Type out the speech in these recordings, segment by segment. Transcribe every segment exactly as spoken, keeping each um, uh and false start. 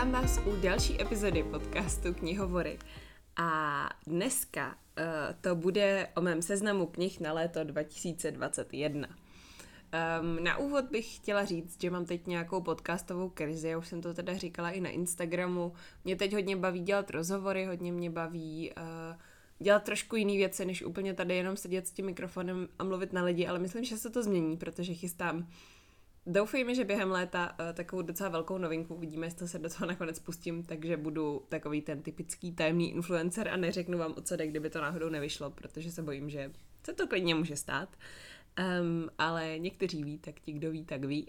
Vítám vás u další epizody podcastu Knihovory. A dneska uh, to bude o mém seznamu knih na léto dva tisíce dvacet jedna. Um, na úvod bych chtěla říct, že mám teď nějakou podcastovou krizi, já už jsem to teda říkala i na Instagramu. Mě teď hodně baví dělat rozhovory, hodně mě baví uh, dělat trošku jiný věci, než úplně tady jenom sedět s tím mikrofonem a mluvit na lidi, ale myslím, že se to změní, protože chystám. Doufejme, že během léta uh, takovou docela velkou novinku, uvidíme, jestli se do toho nakonec pustím, takže budu takový ten typický tajemný influencer a neřeknu vám, o co jde, kdyby to náhodou nevyšlo, protože se bojím, že se to klidně může stát. Um, ale někteří ví, tak ti, kdo ví, tak ví.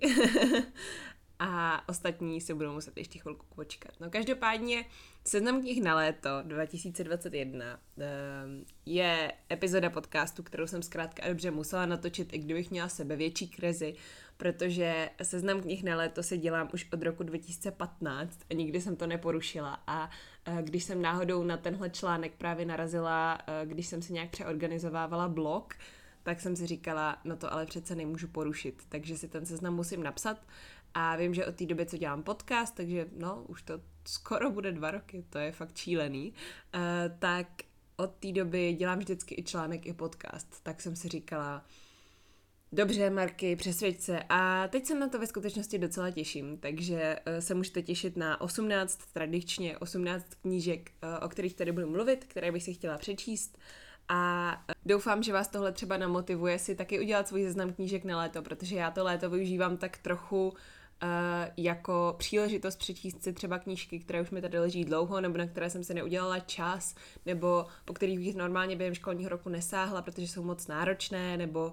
A ostatní si budou muset ještě chvilku počkat. No každopádně seznam knih na léto dva tisíce dvacet jedna um, je epizoda podcastu, kterou jsem zkrátka dobře musela natočit, i kdybych měla sebevětší krizi, protože seznam knih na léto si dělám už od roku dva tisíce patnáct a nikdy jsem to neporušila. A uh, když jsem náhodou na tenhle článek právě narazila, uh, když jsem si nějak přeorganizovávala blog, tak jsem si říkala, no to ale přece nemůžu porušit, takže si ten seznam musím napsat. A vím, že od té doby, co dělám podcast, takže no, už to skoro bude dva roky, to je fakt šílený, uh, tak od té doby dělám vždycky i článek, i podcast. Tak jsem si říkala, dobře, Marky, přesvědč se. A teď se na to ve skutečnosti docela těším, takže uh, se můžete těšit na osmnáct, tradičně osmnáct knížek, uh, o kterých tady budu mluvit, které bych si chtěla přečíst. A doufám, že vás tohle třeba namotivuje si taky udělat svůj seznam knížek na léto, protože já to léto využívám tak trochu uh, jako příležitost přečíst si třeba knížky, které už mi tady leží dlouho, nebo na které jsem se neudělala čas, nebo po kterých bych normálně během školního roku nesáhla, protože jsou moc náročné, nebo uh,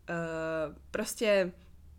prostě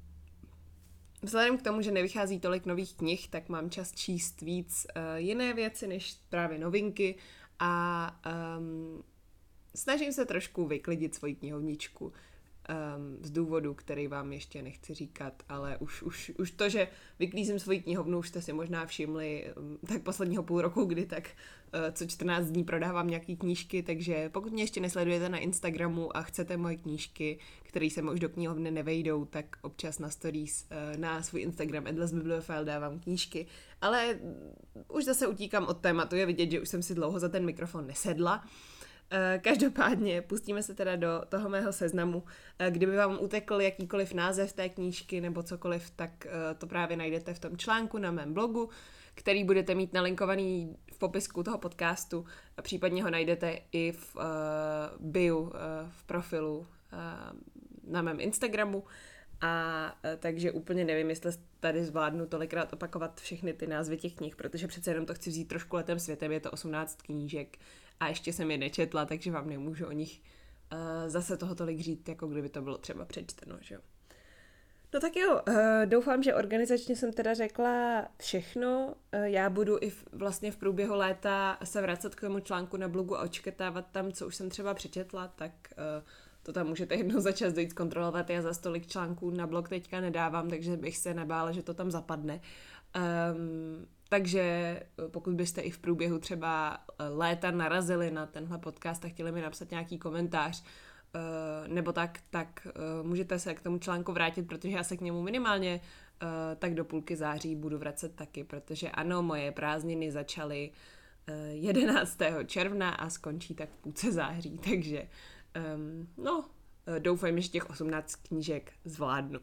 vzhledem k tomu, že nevychází tolik nových knih, tak mám čas číst víc uh, jiné věci, než právě novinky a um, snažím se trošku vyklidit svoji knihovničku um, z důvodu, který vám ještě nechci říkat, ale už, už, už to, že vyklízím svoji knihovnu, už jste si možná všimli um, tak posledního půl roku, kdy tak uh, co čtrnáct dní prodávám nějaký knížky, takže pokud mě ještě nesledujete na Instagramu a chcete moje knížky, které se už do knihovny nevejdou, tak občas na stories uh, na svůj Instagram Endless Bibliophile dávám knížky, ale už zase utíkám od tématu, je vidět, že už jsem si dlouho za ten mikrofon nesedla. Každopádně pustíme se teda do toho mého seznamu. Kdyby vám utekl jakýkoliv název té knížky nebo cokoliv, tak to právě najdete v tom článku na mém blogu, který budete mít nalinkovaný v popisku toho podcastu. Případně ho najdete i v uh, bio, uh, v profilu uh, na mém Instagramu. A uh, takže úplně nevím, jestli tady zvládnu tolikrát opakovat všechny ty názvy těch knih, protože přece jenom to chci vzít trošku letem světem, je to osmnáct knížek a ještě jsem je nečetla, takže vám nemůžu o nich uh, zase toho tolik říct, jako kdyby to bylo třeba přečteno, že jo. No tak jo, uh, doufám, že organizačně jsem teda řekla všechno. Uh, já budu i v, vlastně v průběhu léta se vracet k tomu článku na blogu a očkrtávat tam, co už jsem třeba přečetla, tak uh, to tam můžete jednou za čas dojít zkontrolovat. Já za stolik článků na blog teďka nedávám, takže bych se nebála, že to tam zapadne. Um, takže pokud byste i v průběhu třeba léta narazili na tenhle podcast a chtěli mi napsat nějaký komentář, uh, nebo tak, tak uh, můžete se k tomu článku vrátit, protože já se k němu minimálně uh, tak do půlky září budu vracet taky, protože ano, moje prázdniny začaly uh, jedenáctého června a skončí tak v půlce září, takže um, no, doufám, že těch osmnáct knížek zvládnu.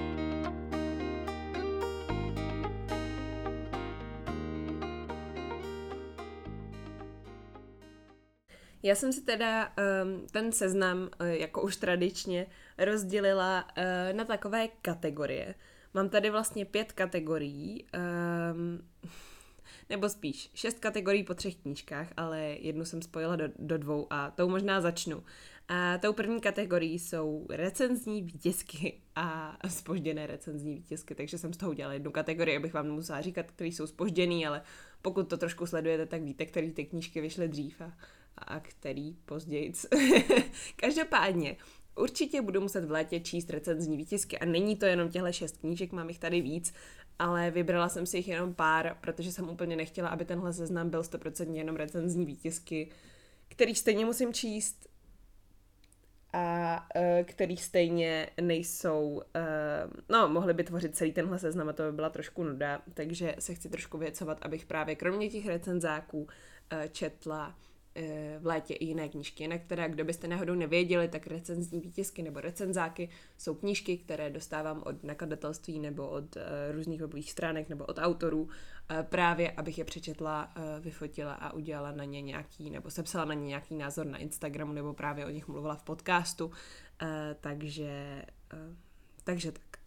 Já jsem si teda um, ten seznam, uh, jako už tradičně, rozdělila uh, na takové kategorie. Mám tady vlastně pět kategorií, um, nebo spíš šest kategorií po třech knížkách, ale jednu jsem spojila do, do dvou a tou možná začnu. A tou první kategorií jsou recenzní výtisky a zpožděné recenzní výtisky, takže jsem z toho udělala jednu kategorii, abych vám nemusela říkat, které jsou zpožděný, ale pokud to trošku sledujete, tak víte, které ty knížky vyšly dřív a, a který později. Každopádně, určitě budu muset v létě číst recenzní výtisky a není to jenom těhle šest knížek, mám jich tady víc, ale vybrala jsem si jich jenom pár, protože jsem úplně nechtěla, aby tenhle seznam byl sto procent jenom recenzní výtisky, který stejně musím číst. a uh, který stejně nejsou, uh, no, mohli by tvořit celý tenhle seznam a to by byla trošku nuda, takže se chci trošku věcovat, abych právě kromě těch recenzáků uh, četla v létě i jiné knížky. Jinak teda, kdo byste náhodou nevěděli, tak recenzní výtisky nebo recenzáky jsou knížky, které dostávám od nakladatelství nebo od uh, různých webových stránek nebo od autorů, uh, právě abych je přečetla, uh, vyfotila a udělala na ně nějaký, nebo sepsala na ně nějaký názor na Instagramu, nebo právě o nich mluvila v podcastu. Uh, takže, uh, takže tak.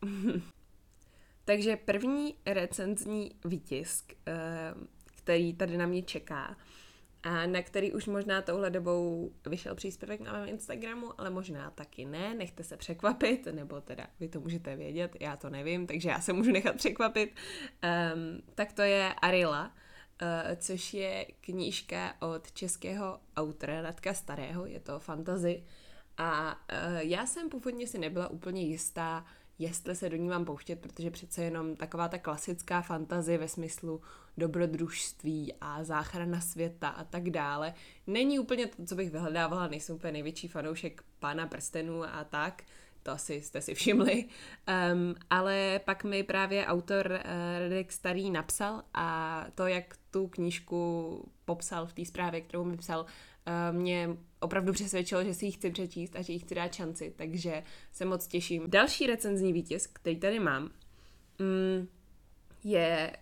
Takže první recenzní výtisk, uh, který tady na mě čeká, a na který už možná touhle dobou vyšel příspěvek na mém Instagramu, ale možná taky ne, nechte se překvapit, nebo teda vy to můžete vědět, já to nevím, takže já se můžu nechat překvapit. Um, tak to je Arila, uh, což je knížka od českého autora Radka Starého, je to fantasy. A uh, já jsem původně si nebyla úplně jistá, jestli se do ní mám pouštět, protože přece jenom taková ta klasická fantasy ve smyslu dobrodružství a záchrana světa a tak dále není úplně to, co bych vyhledávala, nejsem úplně největší fanoušek Pána prstenů a tak, to asi jste si všimli, um, ale pak mi právě autor uh, Radek Starý napsal a to, jak tu knížku popsal v té zprávě, kterou mi psal, uh, mě opravdu přesvědčilo, že si ji chci přečíst a že ji chci dát šanci, takže se moc těším. Další recenzní výtisk, který tady mám, mm, je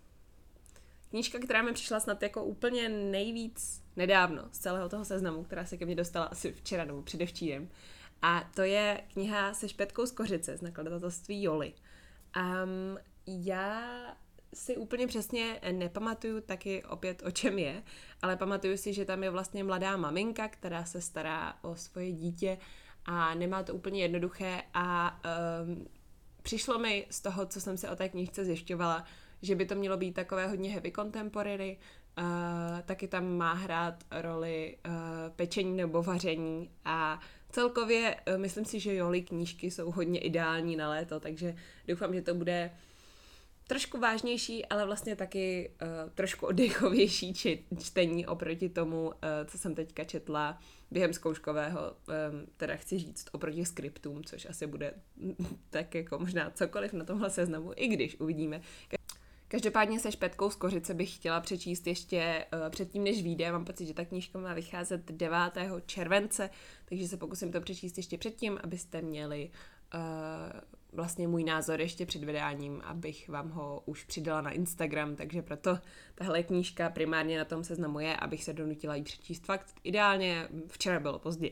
knížka, která mi přišla snad jako úplně nejvíc nedávno z celého toho seznamu, která se ke mně dostala asi včera nebo předevčírem. A to je kniha Se špetkou z kořice z nakladatelství Joli. Um, já si úplně přesně nepamatuju taky opět, o čem je, ale pamatuju si, že tam je vlastně mladá maminka, která se stará o svoje dítě a nemá to úplně jednoduché a um, přišlo mi z toho, co jsem si o té knížce zjišťovala, že by to mělo být takové hodně heavy contemporary, uh, taky tam má hrát roli uh, pečení nebo vaření a celkově uh, myslím si, že Joli knížky jsou hodně ideální na léto, takže doufám, že to bude trošku vážnější, ale vlastně taky uh, trošku oddechovější či, čtení oproti tomu, uh, co jsem teďka četla během zkouškového, um, teda chci říct oproti skriptům, což asi bude tak jako možná cokoliv na tomhle seznamu, i když uvidíme. Každopádně Se špetkou z kořice bych chtěla přečíst ještě uh, předtím, než vyjde. Mám pocit, že ta knížka má vycházet devátého července, takže se pokusím to přečíst ještě předtím, abyste měli uh, vlastně můj názor ještě před vydáním, abych vám ho už přidala na Instagram, takže proto tahle knížka primárně na tom seznamu je, abych se donutila jí přečíst fakt. Ideálně včera bylo pozdě.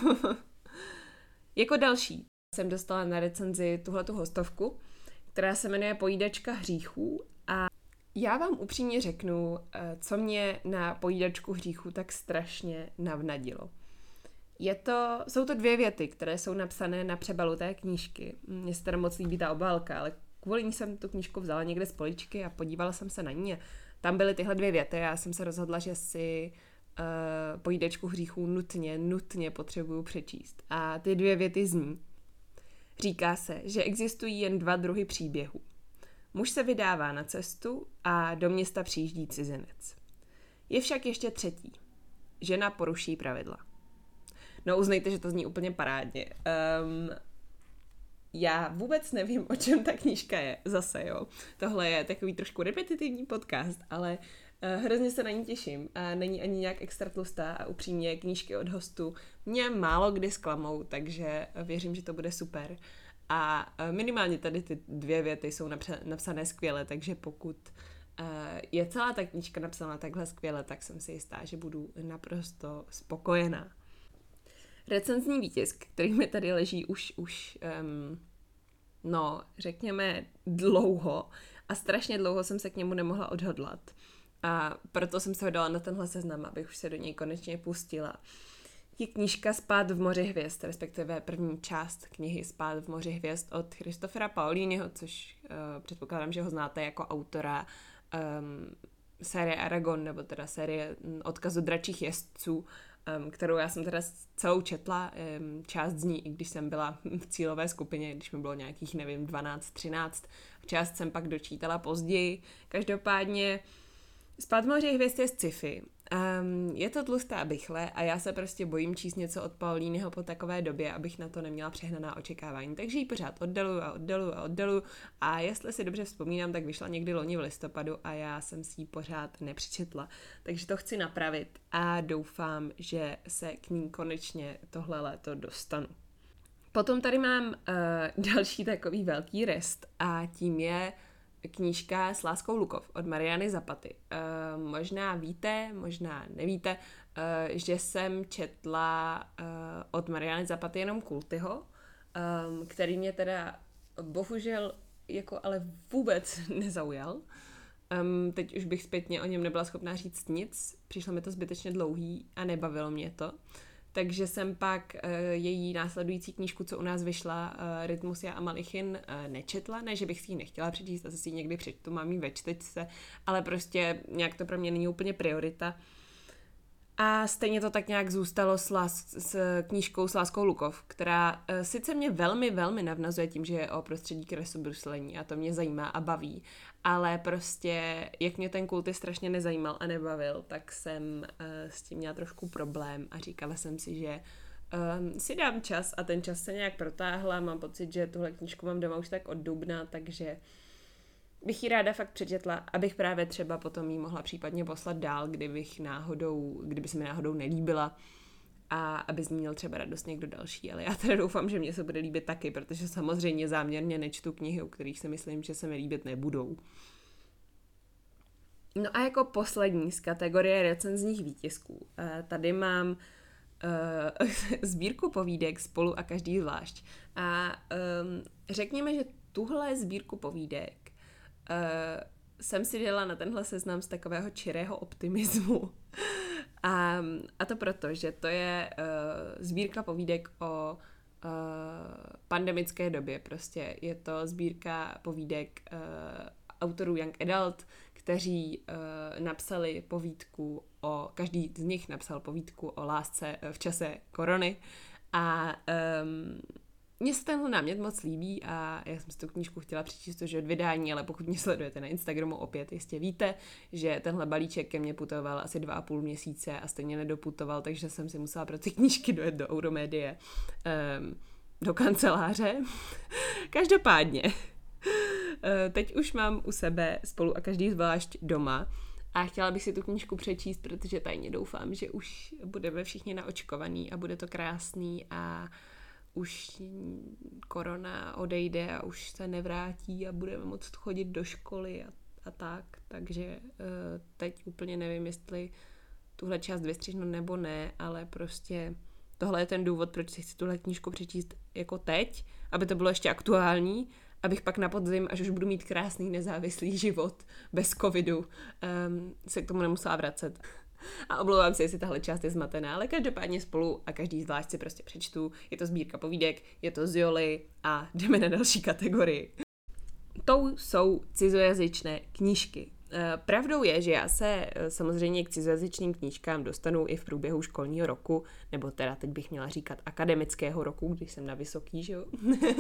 Jako další jsem dostala na recenzi tuhletu hostovku, která se jmenuje Pojídačka hříchů a já vám upřímně řeknu, co mě na Pojídačku hříchů tak strašně navnadilo. Je to, jsou to dvě věty, které jsou napsané na přebalu té knížky. Mně se teda moc líbí ta obálka, ale kvůli ní jsem tu knížku vzala někde z poličky a podívala jsem se na ní. Tam byly tyhle dvě věty a já jsem se rozhodla, že si uh, Pojídačku hříchů nutně, nutně potřebuju přečíst. A ty dvě věty zní. Říká se, že existují jen dva druhy příběhů. Muž se vydává na cestu a do města přijíždí cizinec. Je však ještě třetí. Žena poruší pravidla. No uznejte, že to zní úplně parádně. Um, já vůbec nevím, o čem ta knížka je. Zase, jo. Tohle je takový trošku repetitivní podcast, ale uh, hrozně se na ní těším. A není ani nějak extra tlustá a upřímně knížky od hostů mě málo kdy zklamou, takže věřím, že to bude super. A uh, minimálně tady ty dvě věty jsou napsa- napsané skvěle, takže pokud uh, je celá ta knížka napsaná takhle skvěle, tak jsem si jistá, že budu naprosto spokojená. Recenzní výtisk, který mi tady leží už, už um, no, řekněme dlouho a strašně dlouho jsem se k němu nemohla odhodlat. A proto jsem se ho dala na tenhle seznam, abych už se do něj konečně pustila. Je knížka Spát v moři hvězd, respektive první část knihy Spát v moři hvězd od Christophera Paoliniho, což uh, předpokládám, že ho znáte jako autora um, série Aragon, nebo teda série Odkazu dračích jezdců, Um, kterou já jsem teda celou četla, um, část z ní, i když jsem byla v cílové skupině, když mi bylo nějakých, nevím, dvanáct, třináct. Část jsem pak dočítala později. Každopádně Spát v moři hvězd je sci-fi Um, je to tlusté a bychle a já se prostě bojím číst něco od Paulínyho po takové době, abych na to neměla přehnaná očekávání. Takže ji pořád oddaluju a oddaluju a oddaluju a jestli si dobře vzpomínám, tak vyšla někdy loni v listopadu a já jsem si ji pořád nepřečetla. Takže to chci napravit a doufám, že se k ní konečně tohle léto dostanu. Potom tady mám uh, další takový velký rest a tím je knížka S láskou Lukov od Mariany Zapaty. Uh, možná víte, možná nevíte, uh, že jsem četla uh, od Mariany Zapaty jenom Kultyho, um, který mě teda bohužel jako ale vůbec nezaujal. Um, teď už bych zpětně o něm nebyla schopná říct nic, přišlo mi to zbytečně dlouhý a nebavilo mě to. Takže jsem pak uh, její následující knížku, co u nás vyšla, uh, Rytmus já a Malichin, uh, nečetla. Ne, že bych si ji nechtěla přečíst, asi si ji někdy přečtu, mám ji ve čtečce, ale prostě nějak to pro mě není úplně priorita. A stejně to tak nějak zůstalo s, lás- s knížkou S láskou Lukov, která uh, sice mě velmi, velmi navnazuje tím, že je o prostředí kresobruslení a to mě zajímá a baví, ale prostě, jak mě ten Kulty strašně nezajímal a nebavil, tak jsem uh, s tím měla trošku problém a říkala jsem si, že um, si dám čas a ten čas se nějak protáhla, mám pocit, že tuhle knížku mám doma už tak od dubna, takže bych ji ráda fakt přečetla, abych právě třeba potom ji mohla případně poslat dál, kdybych náhodou, kdyby se mi náhodou nelíbila a aby z ní měl třeba radost někdo další, ale já teda doufám, že mě se bude líbit taky, protože samozřejmě záměrně nečtu knihy, u kterých si myslím, že se mi líbit nebudou. No a jako poslední z kategorie recenzních výtisků, tady mám uh, sbírku povídek Spolu a každý zvlášť. A um, řekněme, že tuhle sbírku povídek Uh, jsem si dala na tenhle seznam z takového čirého optimismu. a, a to proto, že to je uh, sbírka povídek o uh, pandemické době. Prostě je to sbírka povídek uh, autorů Young Adult, kteří uh, napsali povídku o, každý z nich napsal povídku o lásce v čase korony a um, mně se tenhle námět moc líbí a já jsem si tu knížku chtěla přečíst už od vydání, ale pokud mě sledujete na Instagramu, opět jistě víte, že tenhle balíček ke mně putoval asi dva a půl měsíce a stejně nedoputoval, takže jsem si musela pro ty knížky dojet do Euromédie, um, do kanceláře. Každopádně, teď už mám u sebe Spolu a každý zvlášť doma a chtěla bych si tu knížku přečíst, protože tajně doufám, že už budeme všichni naočkovaný a bude to krásný a už korona odejde a už se nevrátí a budeme moct chodit do školy a, a tak, takže uh, teď úplně nevím, jestli tuhle část vystřihnu nebo ne, ale prostě tohle je ten důvod, proč si chci tuhle knížku přečíst jako teď, aby to bylo ještě aktuální, abych pak na podzim, až už budu mít krásný nezávislý život bez covidu, um, se k tomu nemusela vracet. A omlouvám se, jestli tahle část je zmatená, ale každopádně Spolu a každý zvlášť si prostě přečtu. Je to sbírka povídek, je to z Joly a jdeme na další kategorii. Tou jsou cizojazyčné knížky. Pravdou je, že já se samozřejmě k cizojazyčným knížkám dostanu i v průběhu školního roku, nebo teda teď bych měla říkat akademického roku, když jsem na vysoký, že jo?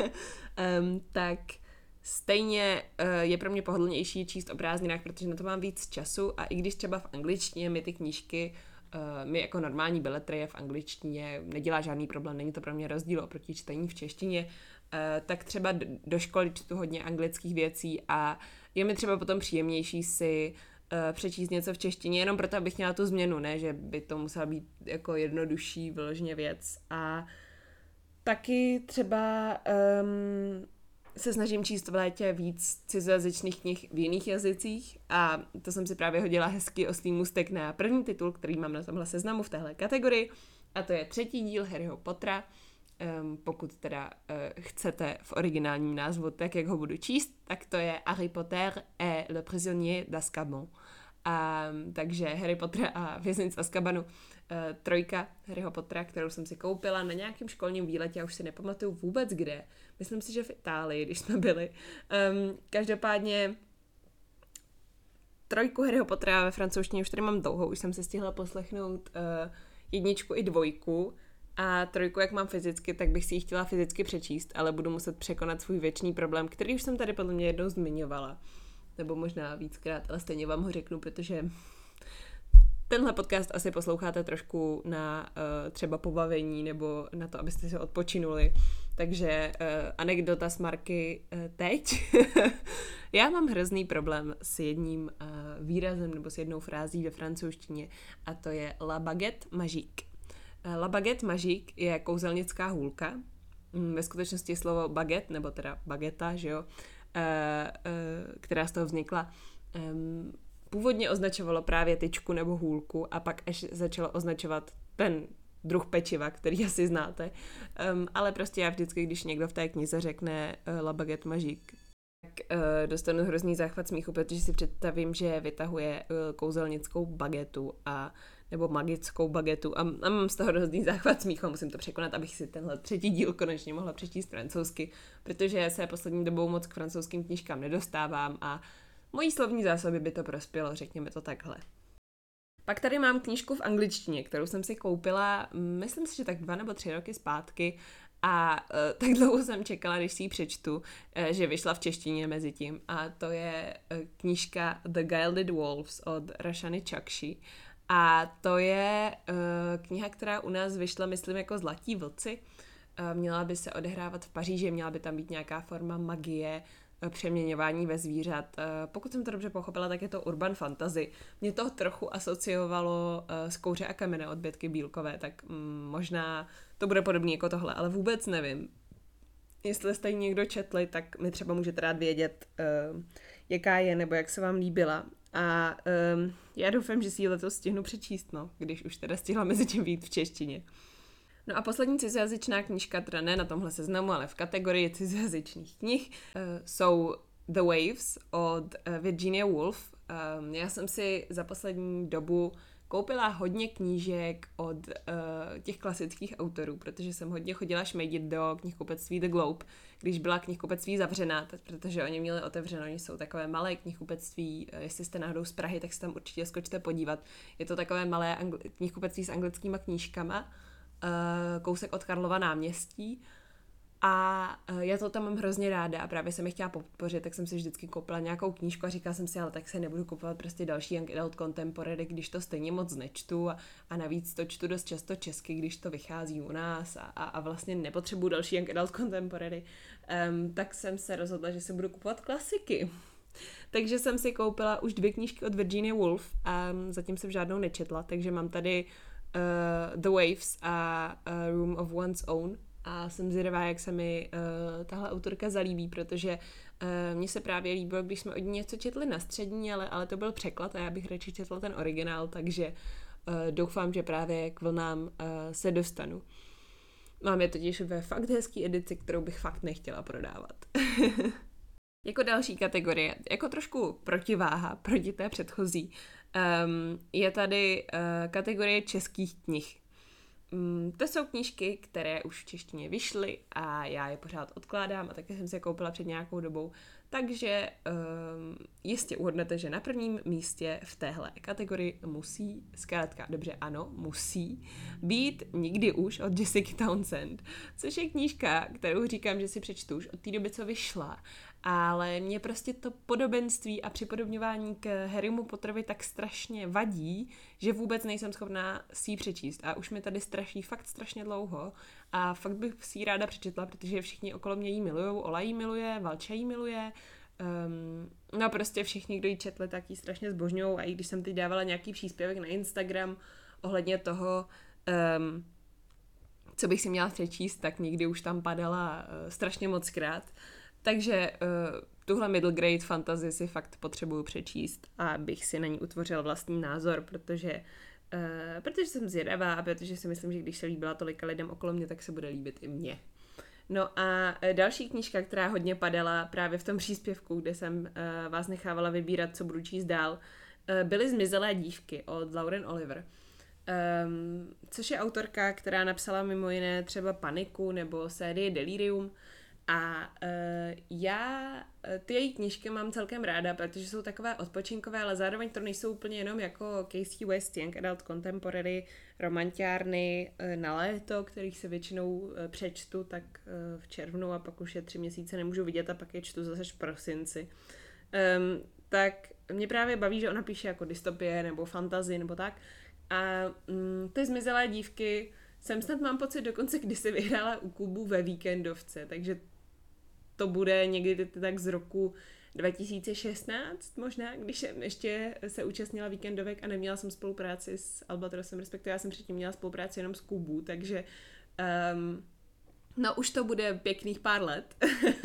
um, tak stejně uh, je pro mě pohodlnější číst o prázdninách, protože na to mám víc času a i když třeba v angličtině mi ty knížky, uh, mi jako normální beletrie v angličtině nedělá žádný problém, není to pro mě rozdíl oproti čtení v češtině, uh, tak třeba do, do školy čtu hodně anglických věcí a je mi třeba potom příjemnější si uh, přečíst něco v češtině, jenom proto, abych měla tu změnu, ne, že by to musela být jako jednodušší vyloženě věc. A taky třeba um, se snažím číst v létě víc cizojazyčných knih v jiných jazycích a to jsem si právě hodila hezky oslý můstek na první titul, který mám na tomhle seznamu v téhle kategorii a to je třetí díl Harryho Pottera. Um, pokud teda uh, chcete v originálním názvu, tak jak ho budu číst, tak to je Harry Potter et le prisonnier d'Azkaban. Um, takže Harry Potter a vězeň z Azkabanu, uh, trojka Harryho Pottera, kterou jsem si koupila na nějakém školním výletě, já už si nepamatuju vůbec kde. Myslím si, že v Itálii, když jsme byli. Um, každopádně trojku Harryho Pottera ve francouzštině už tady mám dlouho, už jsem se stihla poslechnout uh, jedničku i dvojku, a trojku, jak mám fyzicky, tak bych si ji chtěla fyzicky přečíst, ale budu muset překonat svůj věčný problém, který už jsem tady podle mě jednou zmiňovala. Nebo možná víckrát, ale stejně vám ho řeknu, protože tenhle podcast asi posloucháte trošku na uh, třeba pobavení nebo na to, abyste se odpočinuli. Takže uh, anekdota z Marky uh, teď. Já mám hrozný problém s jedním uh, výrazem nebo s jednou frází ve francouzštině a to je la baguette magique. Uh, la baguette magique je kouzelnická hůlka. Mm, ve skutečnosti je slovo baguette, nebo teda bageta, že jo, uh, uh, která z toho vznikla, um, původně označovalo právě tyčku nebo hůlku a pak až začalo označovat ten druh pečiva, který asi znáte. Um, ale prostě já vždycky, když někdo v té knize řekne uh, la baguette magique, tak uh, dostanu hrozný záchvat smíchu, protože si představím, že vytahuje uh, kouzelnickou bagetu a nebo magickou bagetu a, a mám z toho hrozný záchvat smíchu a musím to překonat, abych si tenhle třetí díl konečně mohla přečíst francouzsky, protože se poslední dobou moc k francouzským knížkám nedostávám a mojí slovní zásoby by to prospělo, řekněme to takhle. Pak tady mám knížku v angličtině, kterou jsem si koupila, myslím si, že tak dva nebo tři roky zpátky a uh, tak dlouho jsem čekala, když si ji přečtu, uh, že vyšla v češtině mezi tím a to je uh, knížka The Gilded Wolves od Rashany Chakshi a to je uh, kniha, která u nás vyšla, myslím, jako Zlatí vlci. Uh, měla by se odehrávat v Paříži, měla by tam být nějaká forma magie, přeměňování ve zvířat. Pokud jsem to dobře pochopila, tak je to urban fantasy. Mě to trochu asociovalo s Kouře a kamene od Bětky Bílkové, tak možná to bude podobné jako tohle, ale vůbec nevím. Jestli jste ji někdo četli, tak mi třeba můžete rád vědět, jaká je nebo jak se vám líbila. A já doufám, že si ji letos stihnu přečíst, no, když už teda stihla mezi tím být v češtině. No a poslední cizojazyčná knížka, teda ne na tomhle seznamu, ale v kategorii cizojazyčných knih, uh, jsou The Waves od uh, Virginia Woolf. Um, já jsem si za poslední dobu koupila hodně knížek od uh, těch klasických autorů, protože jsem hodně chodila šmejdit do knihkupectví The Globe, když byla knihkupectví zavřená, protože oni měli otevřeno, oni jsou takové malé knihkupectví, jestli jste náhodou z Prahy, tak se tam určitě skočte podívat. Je to takové malé angl- knihkupectví s anglickýma knížkama, kousek od Karlova náměstí a já to tam mám hrozně ráda a právě jsem je chtěla podpořit, tak jsem si vždycky koupila nějakou knížku a říkala jsem si, ale tak se nebudu kupovat prostě další young adult contemporary, když to stejně moc nečtu a, a navíc to čtu dost často česky, když to vychází u nás a, a, a vlastně nepotřebuju další young adult contemporary, um, tak jsem se rozhodla, že si budu kupovat klasiky. Takže jsem si koupila už dvě knížky od Virginia Woolf a zatím jsem žádnou nečetla, takže mám tady Uh, The Waves a uh, Room of One's Own a jsem zvědavá, jak se mi uh, tahle autorka zalíbí, protože uh, mně se právě líbilo, když jsme od ní něco četli na střední, ale, ale to byl překlad a já bych radši četla ten originál, takže uh, doufám, že právě k vlnám uh, se dostanu. Mám je totiž ve fakt hezký edici, kterou bych fakt nechtěla prodávat. Jako další kategorie, jako trošku protiváha proti té předchozí, um, je tady uh, kategorie českých knih. Um, to jsou knížky, které už v češtině vyšly a já je pořád odkládám a taky jsem si je koupila před nějakou dobou. Takže um, jistě uhodnete, že na prvním místě v téhle kategorii musí, zkrátka, dobře, ano, musí být Nikdy už od Jessica Townsend, což je knížka, kterou říkám, že si přečtu už od té doby, co vyšla. Ale mě prostě to podobenství a připodobňování k Harrymu Potterovi tak strašně vadí, že vůbec nejsem schopná si ji přečíst. A už mi tady straší fakt strašně dlouho a fakt bych si ji ráda přečetla, protože všichni okolo mě ji milujou, Ola ji miluje, Valča ji miluje, um, no prostě všichni, kdo ji četli, tak ji strašně zbožňují a i když jsem teď dávala nějaký příspěvek na Instagram ohledně toho, um, co bych si měla přečíst, tak nikdy už tam padala uh, strašně moc krát. Takže uh, tuhle middle grade fantasy si fakt potřebuju přečíst a abych si na ní utvořila vlastní názor, protože, uh, protože jsem zvědavá a protože si myslím, že když se líbila tolika lidem okolo mě, tak se bude líbit i mně. No a další knížka, která hodně padala právě v tom příspěvku, kde jsem uh, vás nechávala vybírat, co budu číst dál, uh, byly Zmizelé dívky od Lauren Oliver. Um, což je autorka, která napsala mimo jiné třeba Paniku nebo sérii Delirium. A uh, já ty její knížky mám celkem ráda, protože jsou takové odpočinkové, ale zároveň to nejsou úplně jenom jako Casey West, Young Adult Contemporary, romantiárny uh, na léto, kterých se většinou uh, přečtu tak uh, v červnu a pak už je tři měsíce nemůžu vidět a pak je čtu zase v prosinci. Um, tak mě právě baví, že ona píše jako dystopie nebo fantasy nebo tak, A mm, ty zmizelé dívky jsem snad mám pocit dokonce kdysi vyhrála u klubu ve víkendovce, takže to bude někdy tak z roku dva tisíce šestnáct možná, když jsem ještě se účastnila víkendovek a neměla jsem spolupráci s Albatrosem, respektive já jsem předtím měla spolupráci jenom s Kubu, takže um, no už to bude pěkných pár let,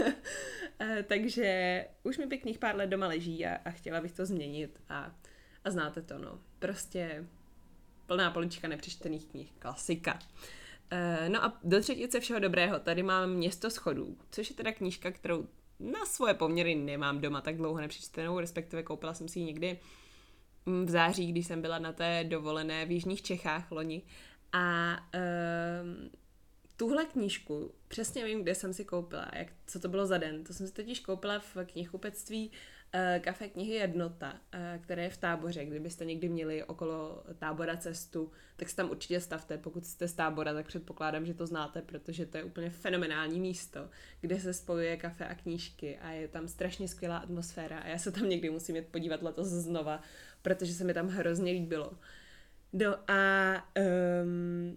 takže už mi pěkných pár let doma leží a, a chtěla bych to změnit a, a znáte to, no, prostě plná polička nepřečtených knih, klasika. No a do třetice všeho dobrého, tady mám Město schodů, což je teda knížka, kterou na svoje poměry nemám doma tak dlouho nepřečtenou, respektive koupila jsem si ji někdy v září, když jsem byla na té dovolené v jižních Čechách loni. A um, tuhle knížku přesně vím, kde jsem si koupila, jak, co to bylo za den. To jsem si totiž koupila v knihkupectví uh, Kafe knihy Jednota, uh, které je v Táboře. Kdybyste někdy měli okolo Tábora cestu, tak se tam určitě stavte. Pokud jste z Tábora, tak předpokládám, že to znáte, protože to je úplně fenomenální místo, kde se spojuje kafe a knížky a je tam strašně skvělá atmosféra a já se tam někdy musím jít podívat letos znova, protože se mi tam hrozně líbilo. No a um,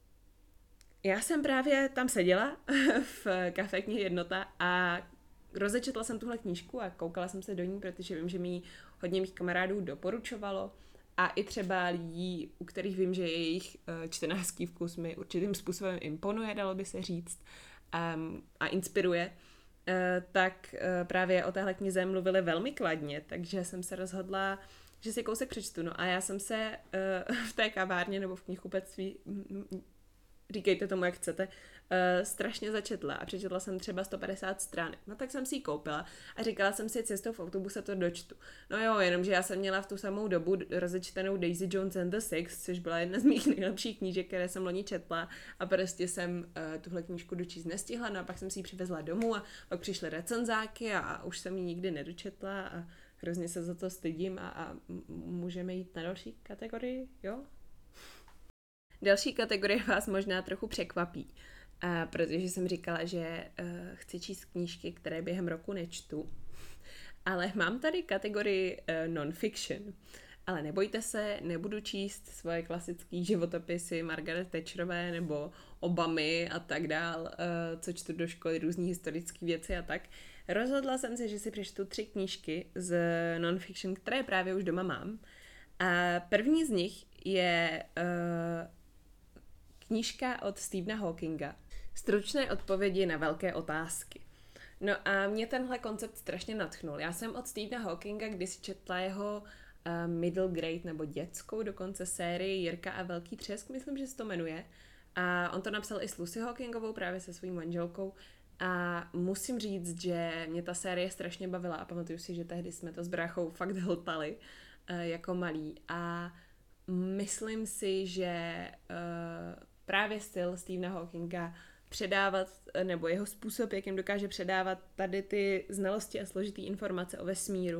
já jsem právě tam seděla v Kafe knihy Jednota a rozečetla jsem tuhle knížku a koukala jsem se do ní, protože vím, že mi ji hodně mých kamarádů doporučovalo a i třeba lidí, u kterých vím, že jejich čtenářský vkus mi určitým způsobem imponuje, dalo by se říct, um, a inspiruje, uh, tak uh, právě o téhle knize mluvili velmi kladně, takže jsem se rozhodla, že si kousek přečtu. No a já jsem se uh, v té kavárně nebo v knihkupectví, říkejte tomu, jak chcete, uh, strašně začetla a přečetla jsem třeba sto padesát stránek. No tak jsem si ji koupila a říkala jsem si, cestou v autobuse to dočtu. No jo, jenomže já jsem měla v tu samou dobu rozečtenou Daisy Jones and the Six, což byla jedna z mých nejlepších knížek, které jsem loni četla a prostě jsem uh, tuhle knížku dočíst nestihla, no a pak jsem si ji přivezla domů a pak přišly recenzáky a, a už jsem ji nikdy nedočetla a hrozně se za to stydím a, a můžeme jít na další kategorii, jo? Další kategorie vás možná trochu překvapí, uh, protože jsem říkala, že uh, chci číst knížky, které během roku nečtu, ale mám tady kategorii uh, non-fiction. Ale nebojte se, nebudu číst svoje klasické životopisy Margaret Thatcherové nebo Obamy a tak dál, uh, co čtu do školy, různý historické věci a tak. Rozhodla jsem se, že si přečtu tři knížky z non-fiction, které právě už doma mám. A první z nich je uh, knížka od Stephena Hawkinga. Stručné odpovědi na velké otázky. No a mě tenhle koncept strašně nadchnul. Já jsem od Stephena Hawkinga kdysi četla jeho uh, middle grade nebo dětskou dokonce sérii Jirka a velký třesk, myslím, že se to jmenuje. A on to napsal i s Lucy Hawkingovou, právě se svou manželkou. A musím říct, že mě ta série strašně bavila a pamatuju si, že tehdy jsme to s bráchou fakt hltali uh, jako malí. A myslím si, že uh, právě styl Stephena Hawkinga předávat, nebo jeho způsob, jakým dokáže předávat tady ty znalosti a složitý informace o vesmíru,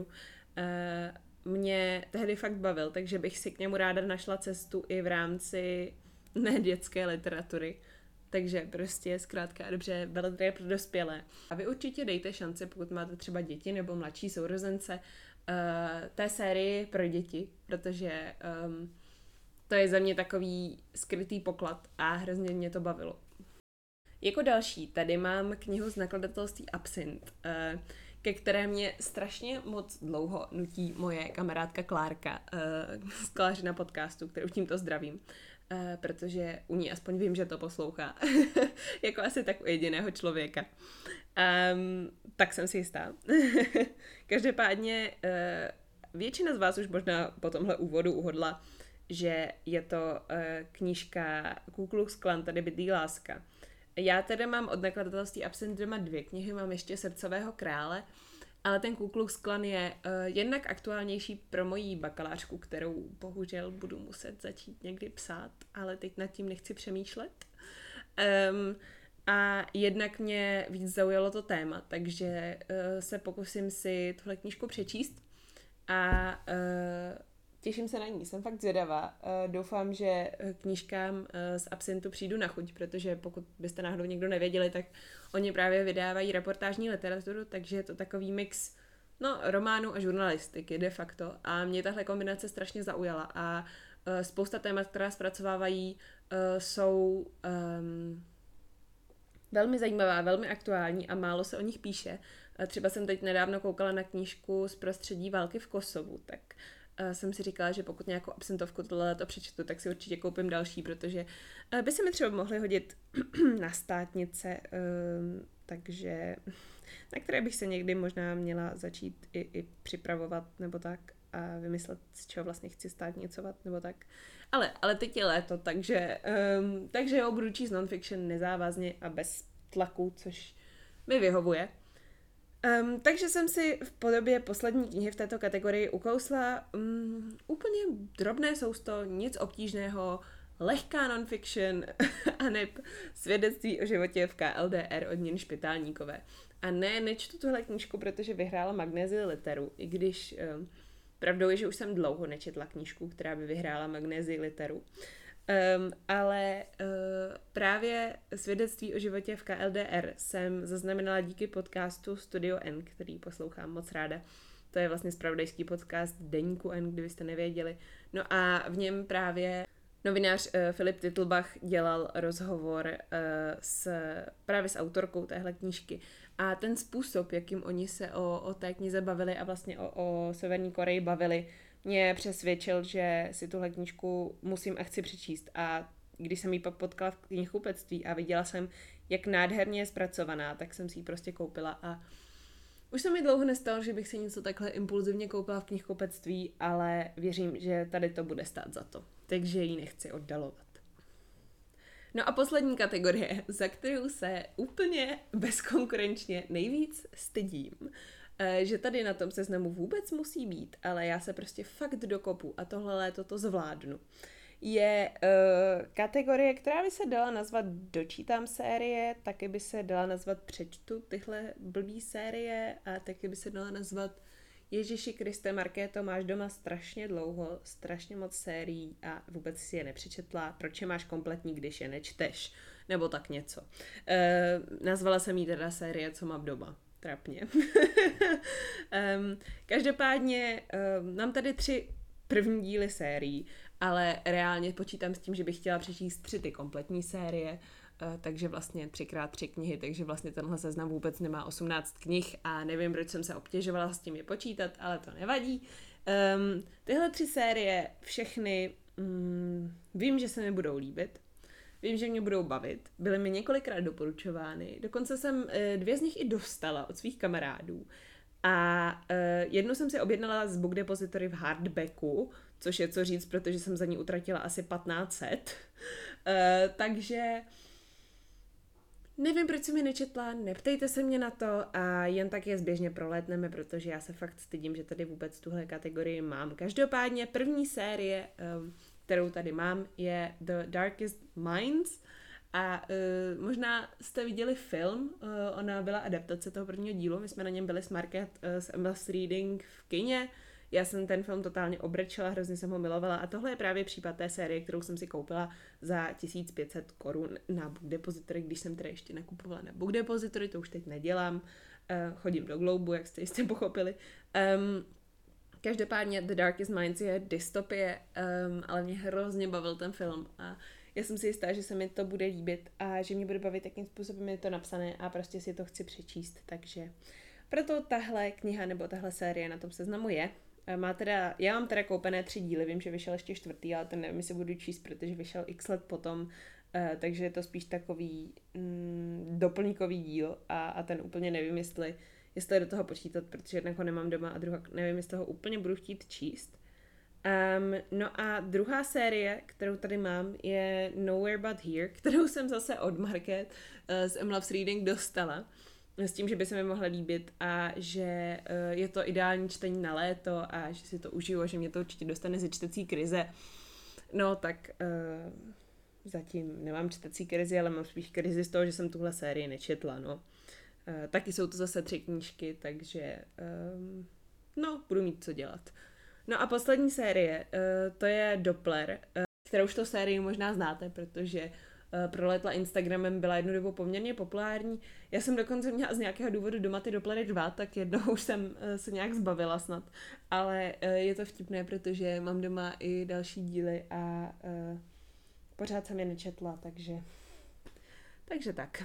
uh, mě tehdy fakt bavil, takže bych si k němu ráda našla cestu i v rámci nedětské literatury. Takže prostě zkrátka a dobře veletrie pro dospělé. A vy určitě dejte šanci, pokud máte třeba děti nebo mladší sourozence, uh, té sérii pro děti, protože um, to je za mě takový skrytý poklad a hrozně mě to bavilo. Jako další tady mám knihu z nakladatelství Absint, uh, ke které mě strašně moc dlouho nutí moje kamarádka Klárka, uh, sklářina podcastu, kterou tímto zdravím. Uh, protože u ní aspoň vím, že to poslouchá. Jako asi tak u jediného člověka. Um, tak jsem si jistá. Každopádně uh, většina z vás už možná po tomhle úvodu uhodla, že je to uh, knížka Ku Klux Klan, tady bydlí láska. Já tedy mám od nakladatelství Absint doma dvě knihy, mám ještě Srdcového krále, ale ten Ku Klux Klan je uh, jednak aktuálnější pro moji bakalářku, kterou bohužel budu muset začít někdy psát, ale teď nad tím nechci přemýšlet. Um, a jednak mě víc zaujalo to téma, takže uh, se pokusím si tuhle knížku přečíst a uh, těším se na ní, jsem fakt zvědavá. Uh, doufám, že knížkám uh, z Absintu přijdu na chuť, protože pokud byste náhodou někdo nevěděli, tak oni právě vydávají reportážní literaturu, takže je to takový mix no, románu a žurnalistiky de facto. A mě tahle kombinace strašně zaujala a spousta témat, která zpracovávají, jsou um, velmi zajímavá, velmi aktuální a málo se o nich píše. Třeba jsem teď nedávno koukala na knížku z prostředí války v Kosovu, tak uh, jsem si říkala, že pokud nějakou absentovku tohle to přečtu, tak si určitě koupím další, protože uh, by se mi třeba mohly hodit na státnice, uh, takže na které bych se někdy možná měla začít i, i připravovat nebo tak a vymyslet, z čeho vlastně chci státnicovat nebo tak. Ale, ale teď je léto, takže, um, takže jo, budu číst non-fiction nezávazně a bez tlaku, což mi vyhovuje. Um, takže jsem si v podobě poslední knihy v této kategorii ukousla um, úplně drobné sousto, nic obtížného, lehká non-fiction a neb svědectví o životě v K L D R od Niny Špitálníkové. A ne, nečtu tuhle knížku, protože vyhrála Magnézii literu, i když um, pravdou je, že už jsem dlouho nečetla knížku, která by vyhrála Magnézii literu. Um, ale uh, právě svědectví o životě v K L D R jsem zaznamenala díky podcastu Studio N, který poslouchám moc ráda. To je vlastně zpravodajský podcast Deníku N, kdybyste nevěděli. No a v něm právě novinář uh, Filip Titlbach dělal rozhovor uh, s, právě s autorkou téhle knížky. A ten způsob, jakým oni se o, o té knize bavili a vlastně o, o Severní Koreji bavili, mě přesvědčil, že si tuhle knížku musím a chci přečíst. A když jsem ji pak potkala v knihkupectví a viděla jsem, jak nádherně je zpracovaná, tak jsem si ji prostě koupila. A už se mi dlouho nestalo, že bych si něco takhle impulzivně koupila v knihkupectví, ale věřím, že tady to bude stát za to. Takže ji nechci oddalovat. No a poslední kategorie, za kterou se úplně bezkonkurenčně nejvíc stydím, že tady na tom seznamu vůbec musí být, ale já se prostě fakt dokopu a tohle léto to zvládnu, je uh, kategorie, která by se dala nazvat dočítám série, taky by se dala nazvat přečtu tyhle blbý série a taky by se dala nazvat Ježiši Kriste, Markéto, máš doma strašně dlouho, strašně moc sérií a vůbec si je nepřečetla, proč je máš kompletní, když je nečteš, nebo tak něco. E, nazvala jsem jí teda série, co mám doma. Trapně. um, každopádně um, mám tady tři první díly sérií, ale reálně počítám s tím, že bych chtěla přečíst tři ty kompletní série, Uh, takže vlastně třikrát tři knihy, takže vlastně tenhle seznam vůbec nemá osmnáct knih a nevím, proč jsem se obtěžovala s tím je počítat, ale to nevadí. Um, tyhle tři série všechny um, vím, že se mi budou líbit, vím, že mě budou bavit, byly mi několikrát doporučovány, dokonce jsem uh, dvě z nich i dostala od svých kamarádů a uh, jednu jsem si objednala z Book Depository v hardbacku, což je co říct, protože jsem za ní utratila asi patnáct set, uh, takže nevím, proč jsem ji nečetla, neptejte se mě na to a jen tak je zběžně prolétneme, protože já se fakt stydím, že tady vůbec tuhle kategorii mám. Každopádně první série, um, kterou tady mám, je The Darkest Minds a uh, možná jste viděli film, uh, ona byla adaptace toho prvního dílu, my jsme na něm byli s Market uh, s Endless Reading v kině. Já jsem ten film totálně obrčela, hrozně jsem ho milovala a tohle je právě případ té série, kterou jsem si koupila za tisíc pět set korun na Book Depository, když jsem teda ještě nakupovala na Book Depository, to už teď nedělám, uh, chodím do Globu, jak jste jistě pochopili. Um, každopádně The Darkest Minds je dystopie, um, ale mě hrozně bavil ten film a já jsem si jistá, že se mi to bude líbit a že mě bude bavit, jakým způsobem je to napsané a prostě si to chci přečíst, takže proto tahle kniha nebo tahle série na tom seznamu je. Má teda, já mám teda koupené tři díly, vím, že vyšel ještě čtvrtý, ale ten nevím, jestli budu číst, protože vyšel x let potom, uh, takže je to spíš takový mm, doplňkový díl a, a ten úplně nevím, jestli, jestli do toho počítat, protože jednak ho nemám doma a druhá nevím, jestli ho úplně budu chtít číst. Um, no a druhá série, kterou tady mám, je Nowhere But Here, kterou jsem zase od Market uh, z M Loves Reading dostala. S tím, že by se mi mohla líbit a že uh, je to ideální čtení na léto a že si to užiju a že mě to určitě dostane ze čtecí krize. No tak uh, zatím nemám čtecí krizi, ale mám spíš krizi z toho, že jsem tuhle sérii nečetla, no. Uh, taky jsou to zase tři knížky, takže um, no, budu mít co dělat. No a poslední série, uh, to je Doppler, uh, kterou už to sérii možná znáte, protože proletla Instagramem, byla jednu dobu poměrně populární. Já jsem dokonce měla z nějakého důvodu doma ty Dopleny dva, tak jednou už jsem se nějak zbavila snad. Ale je to vtipné, protože mám doma i další díly a uh, pořád jsem je nečetla, takže, takže tak.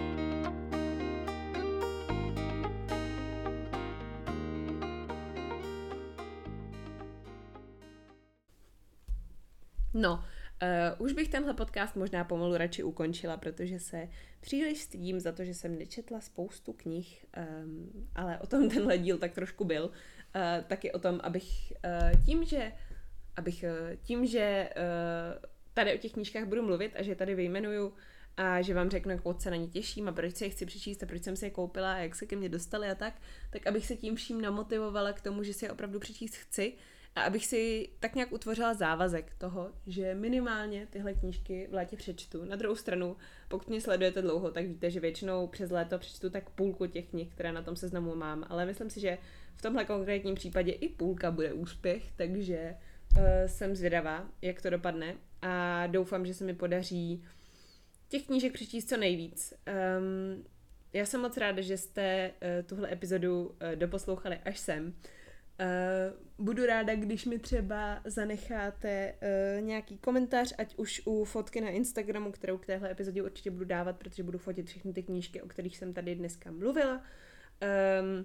No, Uh, už bych tenhle podcast možná pomalu radši ukončila, protože se příliš stydím za to, že jsem nečetla spoustu knih, um, ale o tom tenhle díl tak trošku byl. Uh, taky o tom, abych uh, tím, že, abych, uh, tím, že uh, tady o těch knížkách budu mluvit a že tady vyjmenuju a že vám řeknu, jak moc se na ně těším a proč se je chci přečíst a proč jsem se je koupila a jak se ke mně dostaly a tak, tak abych se tím vším namotivovala k tomu, že si je opravdu přečíst chci. A abych si tak nějak utvořila závazek toho, že minimálně tyhle knížky v létě přečtu. Na druhou stranu, pokud mě sledujete dlouho, tak víte, že většinou přes léto přečtu tak půlku těch knih, které na tom seznamu mám. Ale myslím si, že v tomhle konkrétním případě i půlka bude úspěch, takže uh, jsem zvědavá, jak to dopadne. A doufám, že se mi podaří těch knížek přečíst co nejvíc. Um, já jsem moc ráda, že jste uh, tuhle epizodu uh, doposlouchali až sem. Uh, budu ráda, když mi třeba zanecháte uh, nějaký komentář, ať už u fotky na Instagramu, kterou k téhle epizodě určitě budu dávat, protože budu fotit všechny ty knížky, o kterých jsem tady dneska mluvila. Um,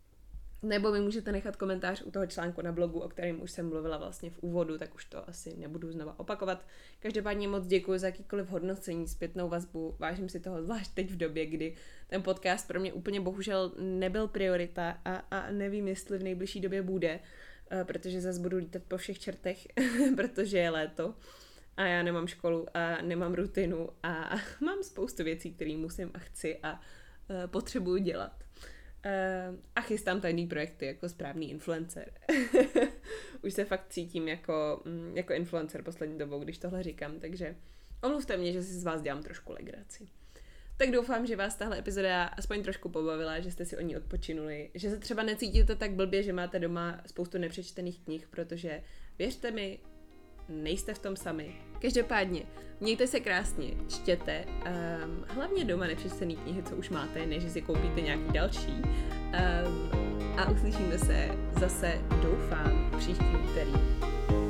nebo mi můžete nechat komentář u toho článku na blogu, o kterém už jsem mluvila vlastně v úvodu, tak už to asi nebudu znova opakovat. Každopádně moc děkuji za jakýkoliv hodnocení, zpětnou vazbu, vážím si toho zvlášť teď v době, kdy ten podcast pro mě úplně bohužel nebyl priorita a, a nevím, jestli v nejbližší době bude, protože zase budu lítat po všech čertech, protože je léto a já nemám školu a nemám rutinu a mám spoustu věcí, které musím a chci a potřebuju dělat. Uh, a chystám tajný projekty jako správný influencer. Už se fakt cítím jako, mm, jako influencer poslední dobou, když tohle říkám, takže omluvte mě, že si z vás dělám trošku legraci. Tak doufám, že vás tahle epizoda aspoň trošku pobavila, že jste si o ní odpočinuli, že se třeba necítíte tak blbě, že máte doma spoustu nepřečtených knih, protože věřte mi, nejste v tom sami. Každopádně, mějte se krásně, čtěte, um, hlavně doma nepřečtený knihy, co už máte, než si koupíte nějaký další. Um, a uslyšíme se zase, doufám, příští úterý.